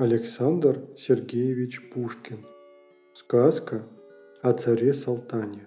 Александр Сергеевич Пушкин. Сказка о царе Салтане.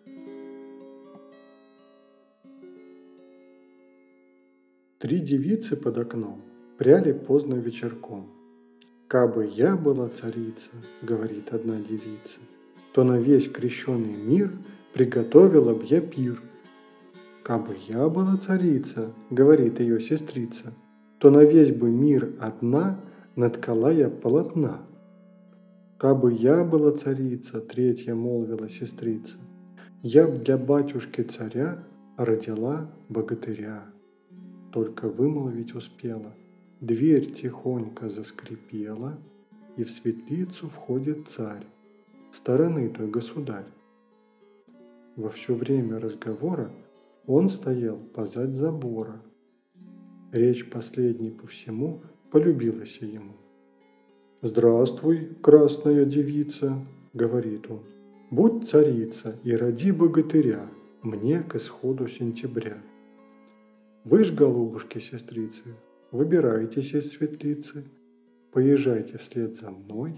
Три девицы под окном пряли поздно вечерком. «Кабы я была царица, — говорит одна девица, — то на весь крещеный мир приготовила б я пир. Кабы я была царица, — говорит ее сестрица, — то на весь бы мир одна наткала я полотна. Кабы я была царица, — третья молвила сестрица, — я б для батюшки царя родила богатыря. Только вымолвить успела, дверь тихонько заскрипела, и в светлицу входит царь, стороны той государь. Во все время разговора он стоял позадь забора. Речь последней по всему полюбилась ему. «Здравствуй, красная девица, — говорит он, — будь царица и роди богатыря мне к исходу сентября. Вы ж, голубушки-сестрицы, выбирайтесь из светлицы, поезжайте вслед за мной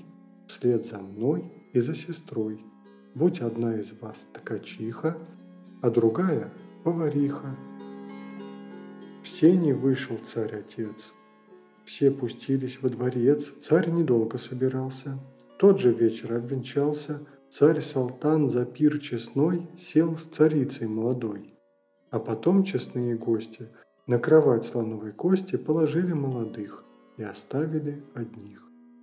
и за сестрой. Будь одна из вас ткачиха, а другая — повариха». В сени вышел царь-отец. Все пустились во дворец, царь недолго собирался. Тот же вечер обвенчался, царь Салтан за пир честной сел с царицей молодой. А потом честные гости на кровать слоновой кости положили молодых и оставили одних.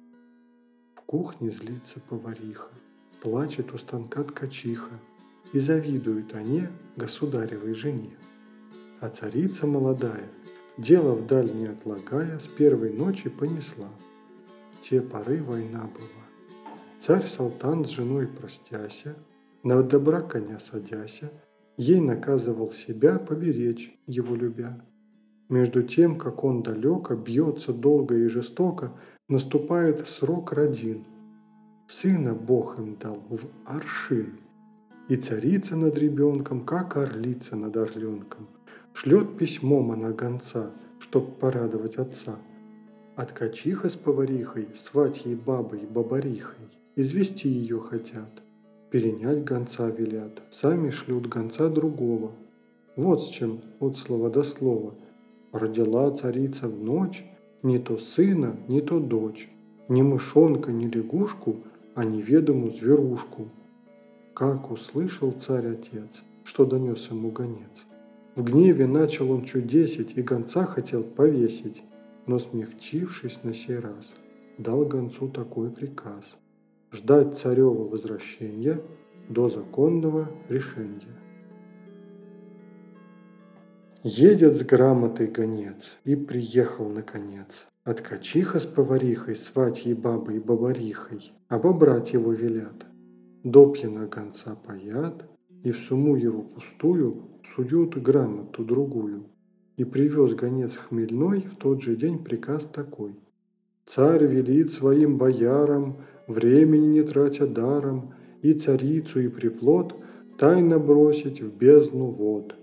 В кухне злится повариха, плачет у станка ткачиха, и завидуют они государевой жене. А царица молодая, дело вдаль не отлагая, с первой ночи понесла. Те поры война была. Царь Салтан с женой простяся, на добра коня садяся, ей наказывал себя поберечь, его любя. Между тем, как он далеко бьется долго и жестоко, наступает срок родин. Сына Бог им дал в аршин, и царица над ребенком, как орлица над орленком, шлет письмом она гонца, чтоб порадовать отца. А ткачиха с поварихой, сватьей бабой бабарихой, извести ее хотят. Перенять гонца велят, сами шлют гонца другого. Вот с чем от слова до слова. Родила царица в ночь не то сына, не то дочь, ни мышонка, ни лягушку, а неведомую зверушку. Как услышал царь-отец, что донес ему гонец. В гневе начал он чудесить и гонца хотел повесить, но, смягчившись на сей раз, дал гонцу такой приказ – ждать царева возвращения до законного решения. Едет с грамотой гонец и приехал наконец. А ткачиха с поварихой, сватьей бабой бабарихой, обобрать его велят. Допья на гонца паят, и в сумму его пустую суют грамоту другую. И привез гонец хмельной в тот же день приказ такой. Царь велит своим боярам, времени не тратя даром, и царицу, и приплод тайно бросить в бездну вод.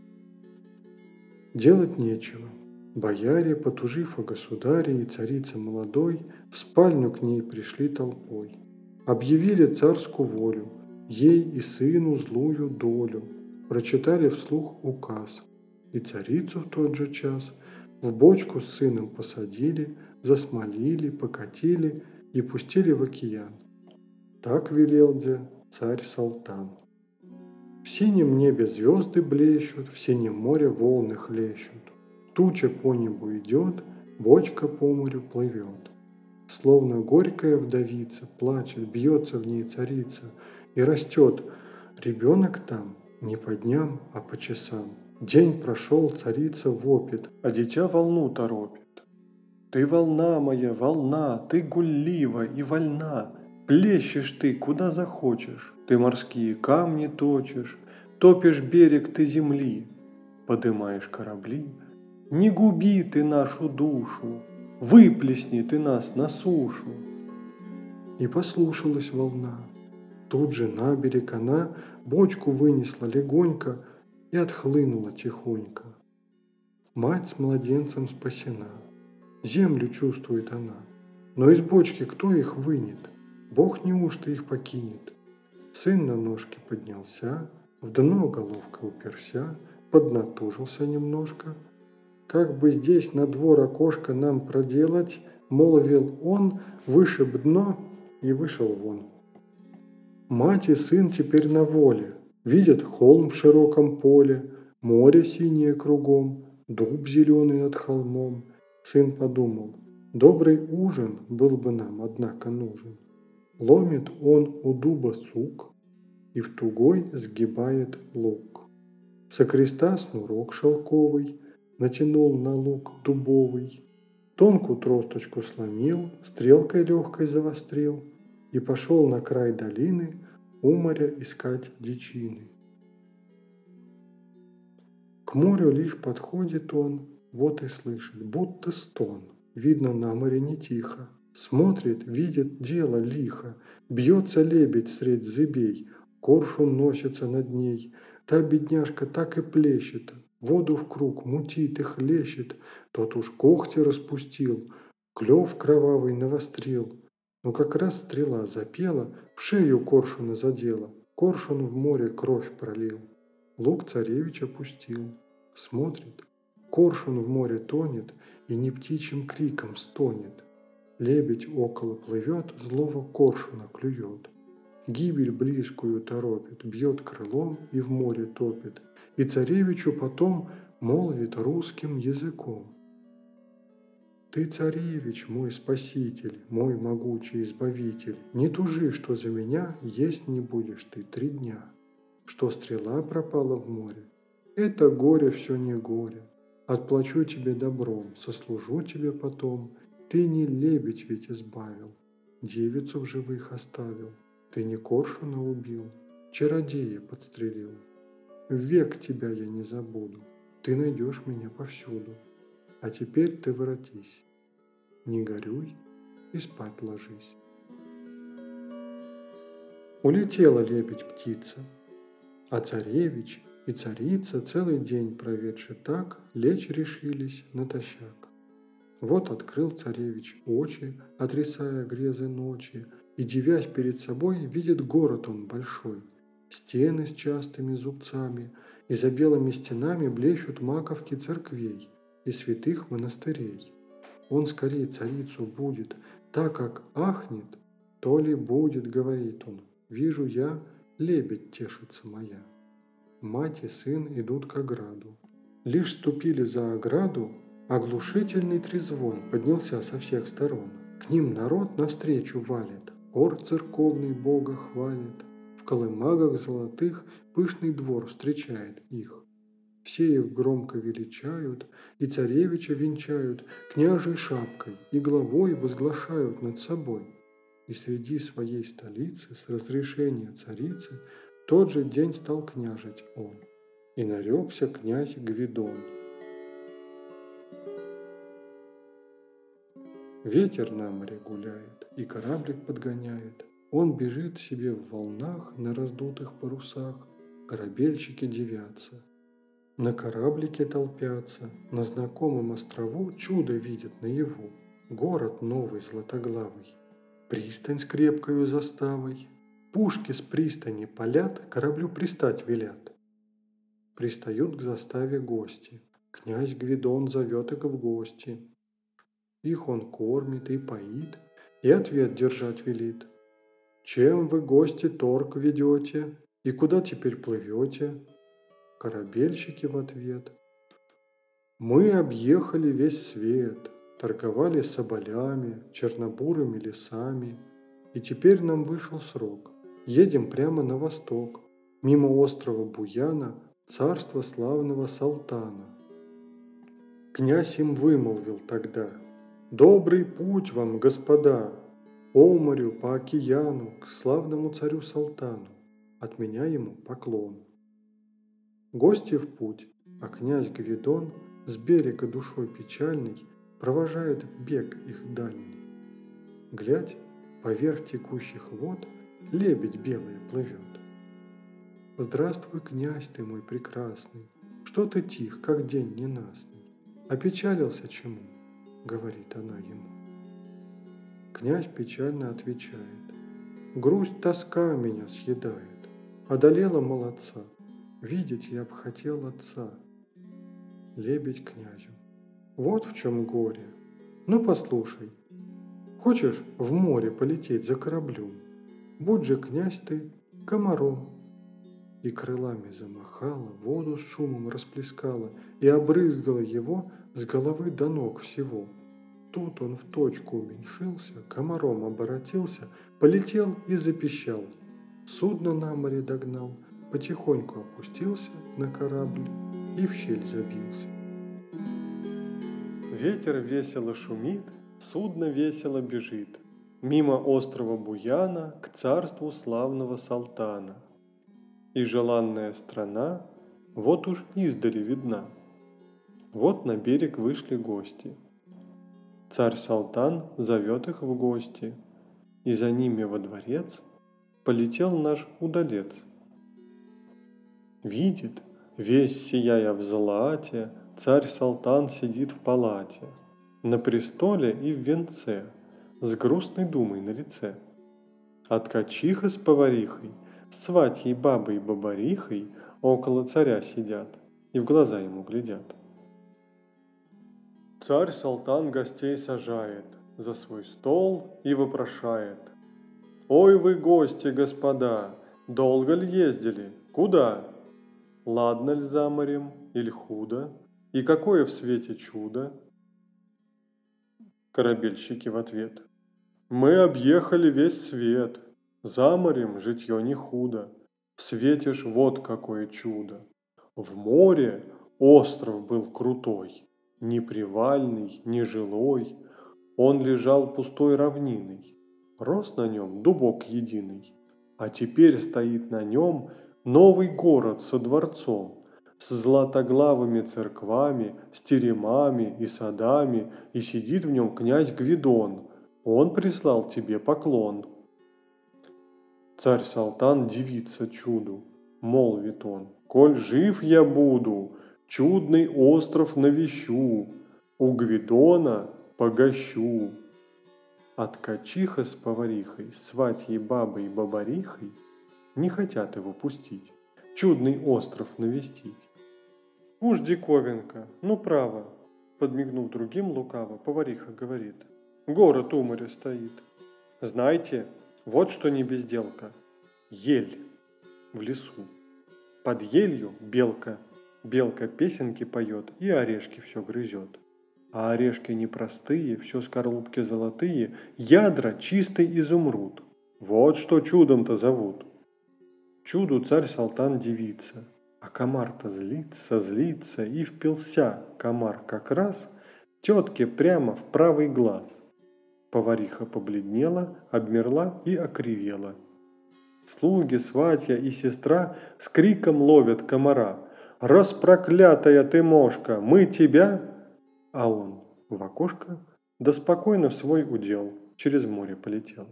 Делать нечего. Бояре, потужив о государе и царице молодой, в спальню к ней пришли толпой. Объявили царскую волю, ей и сыну злую долю, прочитали вслух указ, и царицу в тот же час в бочку с сыном посадили, засмолили, покатили и пустили в океан. Так велел де царь Салтан. В синем небе звезды блещут, в синем море волны хлещут. Туча по небу идет, бочка по морю плывет. Словно горькая вдовица плачет, бьется в ней царица, и растет ребенок там не по дням, а по часам. День прошел, царица вопит, а дитя волну торопит. «Ты волна моя, волна, ты гуллива и вольна, плещешь ты, куда захочешь, ты морские камни точишь, топишь берег ты земли, подымаешь корабли. Не губи ты нашу душу, выплесни ты нас на сушу». И послушалась волна. Тут же на берег она бочку вынесла легонько и отхлынула тихонько. Мать с младенцем спасена, землю чувствует она. Но из бочки кто их вынет? Бог неужто их покинет? Сын на ножки поднялся, в дно головкой уперся, поднатужился немножко. Как бы здесь на двор окошко нам проделать, молвил он, вышиб дно и вышел вон. Мать и сын теперь на воле, видят холм в широком поле, море синее кругом, дуб зеленый над холмом. Сын подумал, добрый ужин был бы нам, однако, нужен. Ломит он у дуба сук и в тугой сгибает лук. Со креста снурок шелковый натянул на лук дубовый, тонкую тросточку сломил, стрелкой легкой завострил и пошел на край долины у моря искать дичины. К морю лишь подходит он, вот и слышит, будто стон. Видно, на море не тихо. Смотрит, видит дело лихо. Бьется лебедь средь зыбей, коршун носится над ней. Та бедняжка так и плещет, воду в круг мутит и хлещет. Тот уж когти распустил, клев кровавый навострил. Но как раз стрела запела, в шею коршуна задела. Коршун в море кровь пролил. Лук царевич опустил. Смотрит, коршун в море тонет и не птичьим криком стонет. Лебедь около плывет, злого коршуна клюет. Гибель близкую торопит, бьет крылом и в море топит. И царевичу потом молвит русским языком. Ты, царевич, мой спаситель, мой могучий избавитель, не тужи, что за меня есть не будешь ты 3 дня. Что стрела пропала в море, это горе все не горе. Отплачу тебе добром, сослужу тебе потом. Ты не лебедь ведь избавил, девицу в живых оставил. Ты не коршуна убил, чародея подстрелил. Век тебя я не забуду, ты найдешь меня повсюду. А теперь ты воротись, не горюй и спать ложись. Улетела лебедь-птица, а царевич и царица, целый день проведши так, лечь решились натощак. Вот открыл царевич очи, отрисая грезы ночи, и, дивясь перед собой, видит город он большой. Стены с частыми зубцами, и за белыми стенами блещут маковки церквей и святых монастырей. Он скорее царицу будет, так как ахнет, то ли будет, говорит он, вижу я, лебедь тешится моя. Мать и сын идут к ограду. Лишь ступили за ограду, оглушительный трезвон поднялся со всех сторон. К ним народ навстречу валит, хор церковный Бога хвалит. В колымагах золотых пышный двор встречает их. Все их громко величают, и царевича венчают княжей шапкой и главой возглашают над собой. И среди своей столицы с разрешения царицы тот же день стал княжить он, и нарекся князь Гвидон. Ветер на море гуляет, и кораблик подгоняет. Он бежит себе в волнах на раздутых парусах, корабельщики дивятся. На кораблике толпятся, на знакомом острову чудо видят наяву. Город новый златоглавый, пристань с крепкою заставой. Пушки с пристани палят, кораблю пристать велят. Пристают к заставе гости, князь Гвидон зовет их в гости. Их он кормит и поит, и ответ держать велит. Чем вы, гости, торг ведете, и куда теперь плывете? Корабельщики в ответ. Мы объехали весь свет, торговали соболями, чернобурыми лесами, и теперь нам вышел срок. Едем прямо на восток, мимо острова Буяна, царства славного Салтана. Князь им вымолвил тогда: «Добрый путь вам, господа, по морю, по океану, к славному царю Салтану, от меня ему поклон». Гости в путь, а князь Гвидон с берега душой печальной провожает бег их дальний. Глядь, поверх текущих вод лебедь белая плывет. «Здравствуй, князь ты мой прекрасный, что ты тих, как день ненастный? Опечалился чему?» — говорит она ему. Князь печально отвечает: грусть, тоска меня съедает. Одолела молодца, видеть я б хотел отца. Лебедь князю: вот в чем горе. Ну послушай, хочешь в море полететь за кораблем? Будь же, князь, ты комаром. И крылами замахала, воду с шумом расплескала и обрызгала его с головы до ног всего. Тут он в точку уменьшился, комаром оборотился, полетел и запищал. Судно на море догнал, потихоньку опустился на корабль и в щель забился. Ветер весело шумит, судно весело бежит мимо острова Буяна к царству славного Салтана. И желанная страна вот уж издали видна. Вот на берег вышли гости. Царь Салтан зовет их в гости, и за ними во дворец полетел наш удалец. Видит, весь сияя в злате, царь Салтан сидит в палате, на престоле и в венце, с грустной думой на лице. А ткачиха с поварихой, сватьей бабой и бабарихой около царя сидят и в глаза ему глядят. Царь Салтан гостей сажает за свой стол и вопрошает: «Ой вы, гости, господа, долго ли ездили? Куда? Ладно ль за морем или худо? И какое в свете чудо?» Корабельщики в ответ: «Мы объехали весь свет, за морем житье не худо, в свете ж вот какое чудо. В море остров был крутой, ни привальный, ни жилой, он лежал пустой равниной, рос на нем дубок единый, а теперь стоит на нем новый город со дворцом, с златоглавыми церквами, с теремами и садами, и сидит в нем князь Гвидон, он прислал тебе поклон». Царь Салтан дивится чуду, молвит он: «Коль жив я буду, чудный остров навещу, у Гвидона погощу». А ткачиха с поварихой, сватьей бабой и бабарихой не хотят его пустить, чудный остров навестить. «Уж диковинка, ну право», подмигнув другим лукаво, повариха говорит: «Город у моря стоит. Знаете, вот что не безделка. Ель в лесу. Под елью белка. Белка песенки поет и орешки все грызет. А орешки непростые, все скорлупки золотые, ядра чистый изумруд. Вот что чудом-то зовут». Чуду царь Салтан дивится, а комар-то злится, злится, и впился комар как раз тетке прямо в правый глаз. Повариха побледнела, обмерла и окривела. Слуги, сватья и сестра с криком ловят комара: «Распроклятая ты мошка, мы тебя!» А он в окошко, да спокойно в свой удел через море полетел.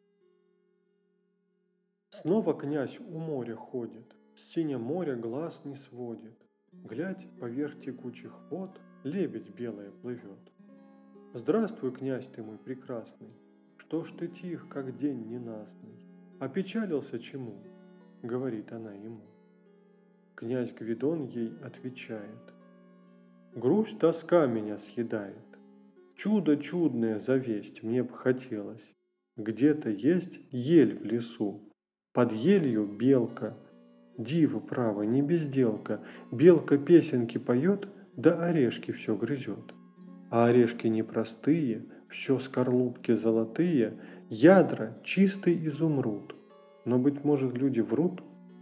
Снова князь у моря ходит, с синего моря глаз не сводит. Глядь, поверх текучих вод лебедь белая плывет. «Здравствуй, князь ты мой прекрасный, что ж ты тих, как день ненастный? Опечалился чему?» — говорит она ему. Князь Гвидон ей отвечает: «Грусть, тоска меня съедает. Чудо чудное завесть мне б хотелось. Где-то есть ель в лесу, под елью белка. Диво, право, не безделка. Белка песенки поет, да орешки все грызет. А орешки непростые, все скорлупки золотые, ядра чистый изумруд. Но, быть может, люди врут?»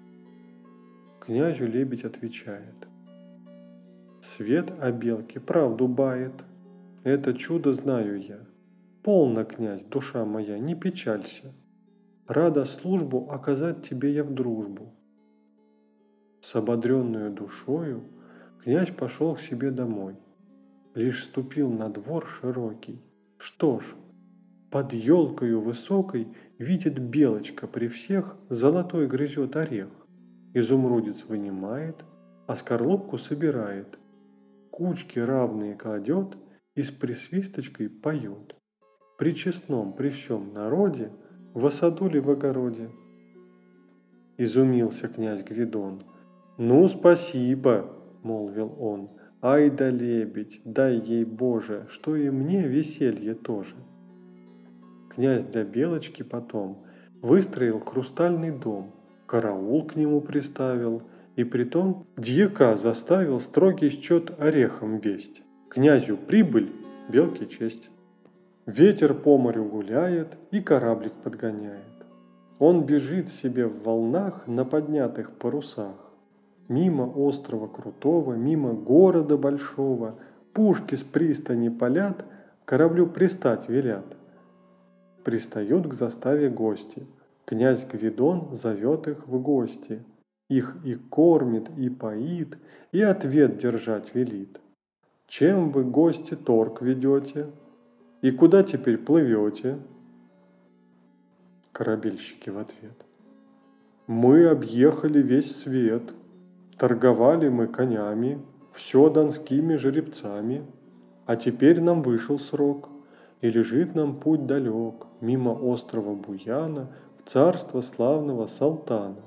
Князю лебедь отвечает: «Свет о белке правду бает. Это чудо знаю я. Полно, князь, душа моя, не печалься. Рада службу оказать тебе я в дружбу». С ободренную душою князь пошел к себе домой. Лишь ступил на двор широкий. Что ж, под елкою высокой видит белочка при всех золотой грызет орех. Изумрудец вынимает, а скорлупку собирает. Кучки равные кладет и с присвисточкой поет. при честном, при всем народе, в саду ли в огороде? Изумился князь Гвидон. Ну, спасибо, молвил он. Ай да лебедь, дай ей Боже, что и мне веселье тоже. Князь для Белочки потом выстроил хрустальный дом, караул к нему приставил, и притом дьяка заставил строгий счет орехом весть. Князю прибыль, белке честь. Ветер по морю гуляет и кораблик подгоняет. Он бежит себе в волнах на поднятых парусах. Мимо острова крутого, мимо города большого, пушки с пристани палят, кораблю пристать велят. Пристают к заставе гости. Князь Гвидон зовет их в гости. Их и кормит, и поит, и ответ держать велит. Чем вы, гости, торг ведете? И куда теперь плывете? Корабельщики в ответ. Мы объехали весь свет. Торговали мы конями, все донскими жеребцами. А теперь нам вышел срок, и лежит нам путь далек, мимо острова Буяна, в царство славного Салтана.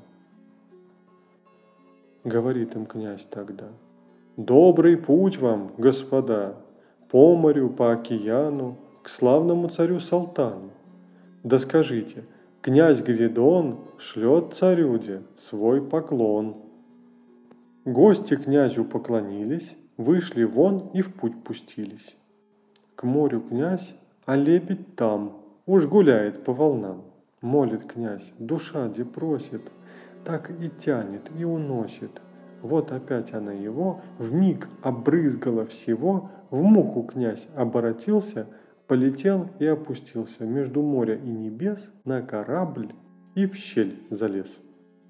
Говорит им князь тогда. Добрый путь вам, господа, по морю, по океану, к славному царю Салтану. Да скажите, князь Гвидон шлет царюде свой поклон. Гости князю поклонились, вышли вон и в путь пустились. К морю князь, а лебедь там, уж гуляет по волнам. Молит князь, душа де просит, так и тянет, и уносит. Вот опять она его вмиг обрызгала всего, в муху князь оборотился, полетел и опустился между моря и небес на корабль и в щель залез.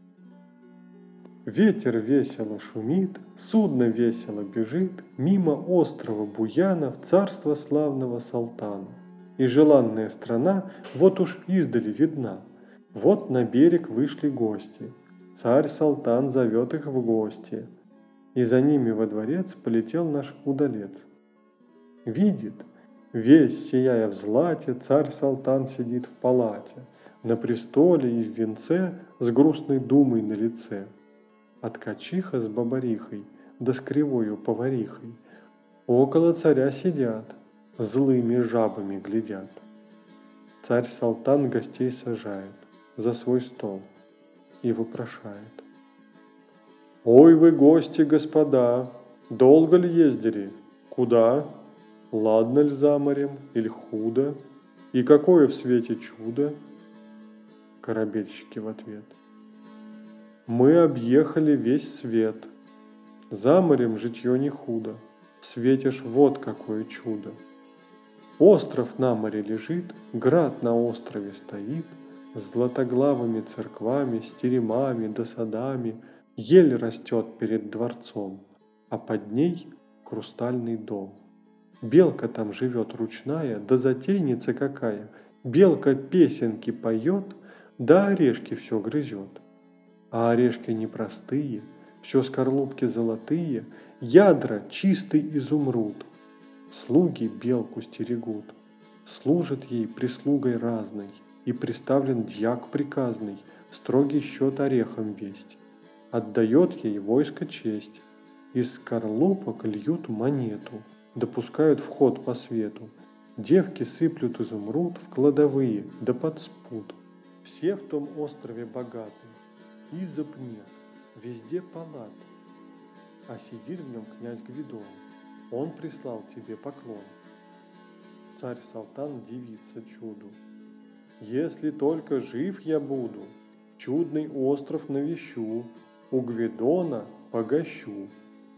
Ветер весело шумит, судно весело бежит мимо острова Буяна в царство славного Салтана. И желанная страна вот уж издали видна. Вот на берег вышли гости. Царь Салтан зовет их в гости. И за ними во дворец полетел наш удалец. Видит, весь сияя в злате, царь Салтан сидит в палате, на престоле и в венце с грустной думой на лице. А ткачиха с бабарихой, да с кривою поварихой, около царя сидят, злыми жабами глядят. Царь Салтан гостей сажает за свой стол и вопрошает. «Ой вы, гости, господа, долго ли ездили? Куда? Ладно ль за морем или худо? И какое в свете чудо?» Корабельщики в ответ. Мы объехали весь свет. За морем житье не худо. В свете ж вот какое чудо. Остров на море лежит, град на острове стоит, с златоглавыми церквами, с теремами да садами, ель растет перед дворцом, а под ней хрустальный дом. Белка там живет ручная, да затейница какая, белка песенки поет, да орешки все грызет. А орешки непростые, все скорлупки золотые, ядра чистый изумруд. Слуги белку стерегут, служат ей прислугой разной, и приставлен дьяк приказный, строгий счет орехом весть. Отдает ей войско честь, из скорлупок льют монету, допускают вход по свету. Девки сыплют изумруд в кладовые, да под спут. Все в том острове богаты, изб нет, везде палаты. А сидит в нем князь Гвидон, он прислал тебе поклон. Царь Салтан дивится чуду. Если только жив я буду, чудный остров навещу, у Гвидона погощу.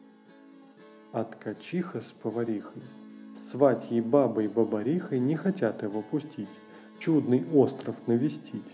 А ткачиха с поварихой, сватьей бабой бабарихой не хотят его пустить, чудный остров навестить.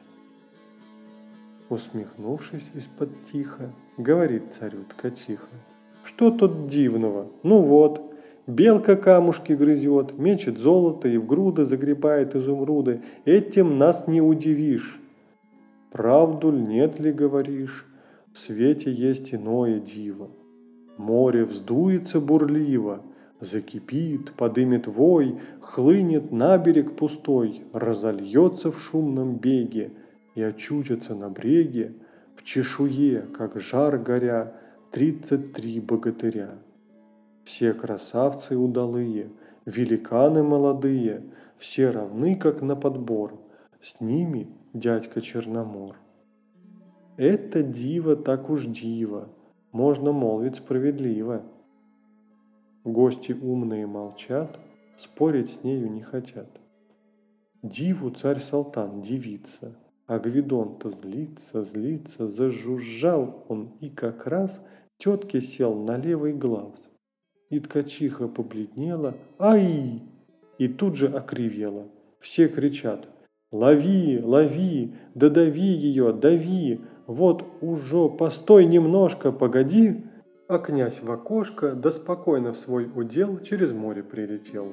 Усмехнувшись из-под тихо, говорит царю ткачиха. Что тут дивного? Ну вот, белка камушки грызет, мечет золото и в груды загребает изумруды. Этим нас не удивишь. Правду ль нет ли говоришь? В свете есть иное диво. Море вздуется бурливо, Закипит, подымет вой, хлынет на берег пустой, разольется в шумном беге и очутится на бреге в чешуе, как жар горя, 33 богатыря. Все красавцы удалые, великаны молодые, все равны, как на подбор, с ними дядька Черномор. Это диво так уж диво, можно молвить справедливо. Гости умные молчат, спорить с нею не хотят. Диву царь-салтан дивится, а Гвидон-то злится, зажужжал он и как раз тетке сел на левый глаз. И ткачиха побледнела, ай! И тут же окривела. Все кричат: лови, лови, да дави ее, дави, вот уже, постой немножко, погоди. А князь в окошко, да спокойно в свой удел через море прилетел.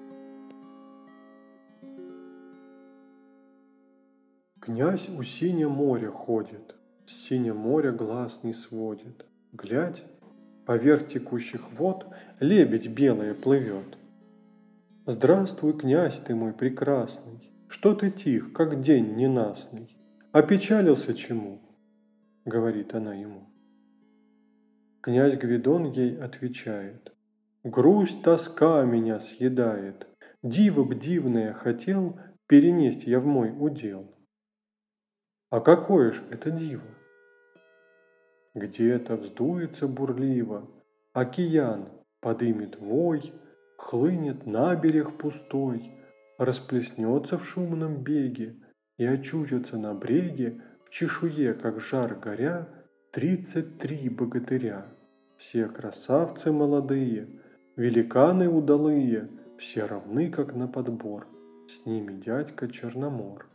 Князь у синего моря ходит, с синего моря глаз не сводит. Глядь, поверх текущих вод лебедь белая плывет. Здравствуй, князь ты мой прекрасный, что ты тих, как день ненастный? Опечалился чему? Говорит она ему. Князь Гвидон ей отвечает: грусть, тоска меня съедает, диво б дивное хотел перенесть я в мой удел. А какое ж это диво? Где-то вздуется бурливо, океан подымет вой, хлынет на берег пустой, расплеснется в шумном беге и очутится на бреге в чешуе, как жар горя, 33 богатыря. Все красавцы молодые, великаны удалые, все равны, как на подбор, с ними дядька Черномор.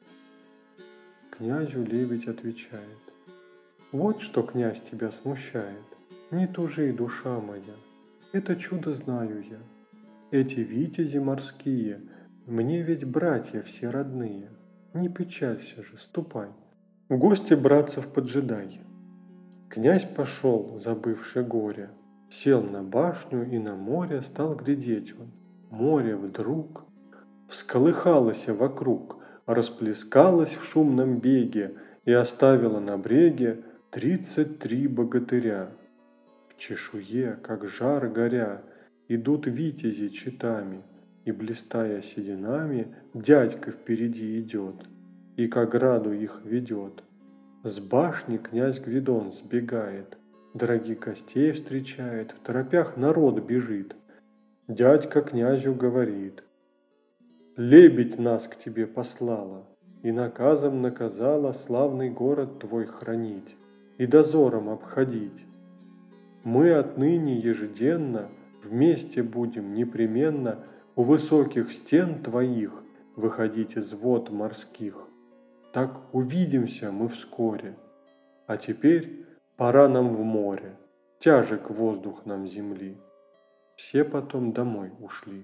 Князю лебедь отвечает: вот что, князь, тебя смущает, не тужи, душа моя, это чудо знаю я. Эти витязи морские, мне ведь братья все родные, не печалься же, ступай, в гости братцев поджидай. Князь пошел, забывши горе, сел на башню и на море стал глядеть он. Море вдруг всколыхалось вокруг, расплескалось в шумном беге и оставило на бреге 33 богатыря. В чешуе, как жар горя, идут витязи четами, и, блистая сединами, дядька впереди идет, и к ограду их ведет. С башни князь Гвидон сбегает, дорогих гостей встречает, в торопях народ бежит. Дядька князю говорит: лебедь нас к тебе послала и наказом наказала славный город твой хранить и дозором обходить. Мы отныне ежеденно вместе будем непременно у высоких стен твоих выходить из вод морских. Так увидимся мы вскоре. А теперь пора нам в море, тяжек воздух нам земли. Все потом домой ушли.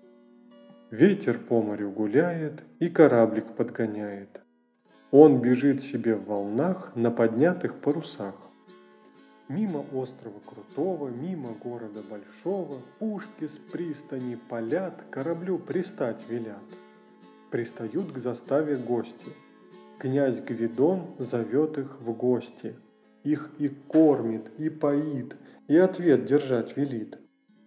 Ветер по морю гуляет и кораблик подгоняет. Он бежит себе в волнах на поднятых парусах. Мимо острова крутого, мимо города большого, пушки с пристани палят, кораблю пристать велят. Пристают к заставе гости. Князь Гвидон зовет их в гости. Их и кормит, и поит, и ответ держать велит.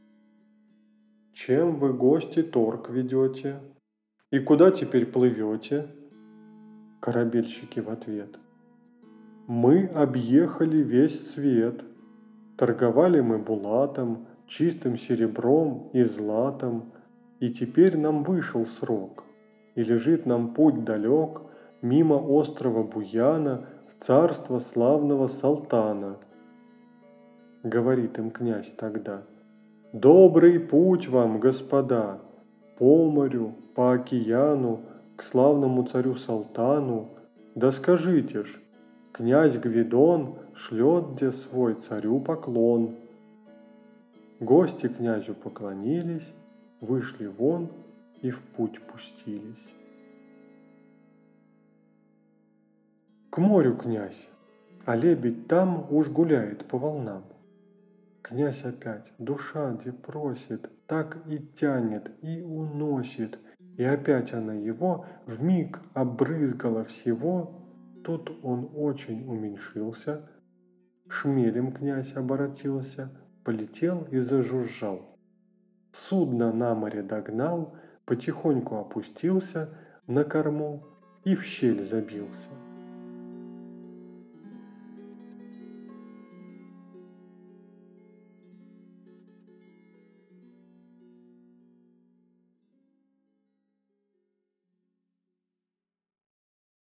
Чем вы, гости, торг ведете? И куда теперь плывете? Корабельщики в ответ: мы объехали весь свет. Торговали мы булатом, чистым серебром и златом, и теперь нам вышел срок, и лежит нам путь далек мимо острова Буяна в царство славного Салтана. Говорит им князь тогда: добрый путь вам, господа, по морю, по океану, к славному царю Салтану. Да скажите ж, князь Гвидон шлет где свой царю поклон. Гости князю поклонились, вышли вон и в путь пустились. К морю князь, а лебедь там уж гуляет по волнам. Князь опять, душа где просит, так и тянет, и уносит. И опять она его вмиг обрызгала всего. Тут он очень уменьшился, шмелем князь оборотился, полетел и зажужжал. Судно на море догнал, потихоньку опустился на корму и в щель забился.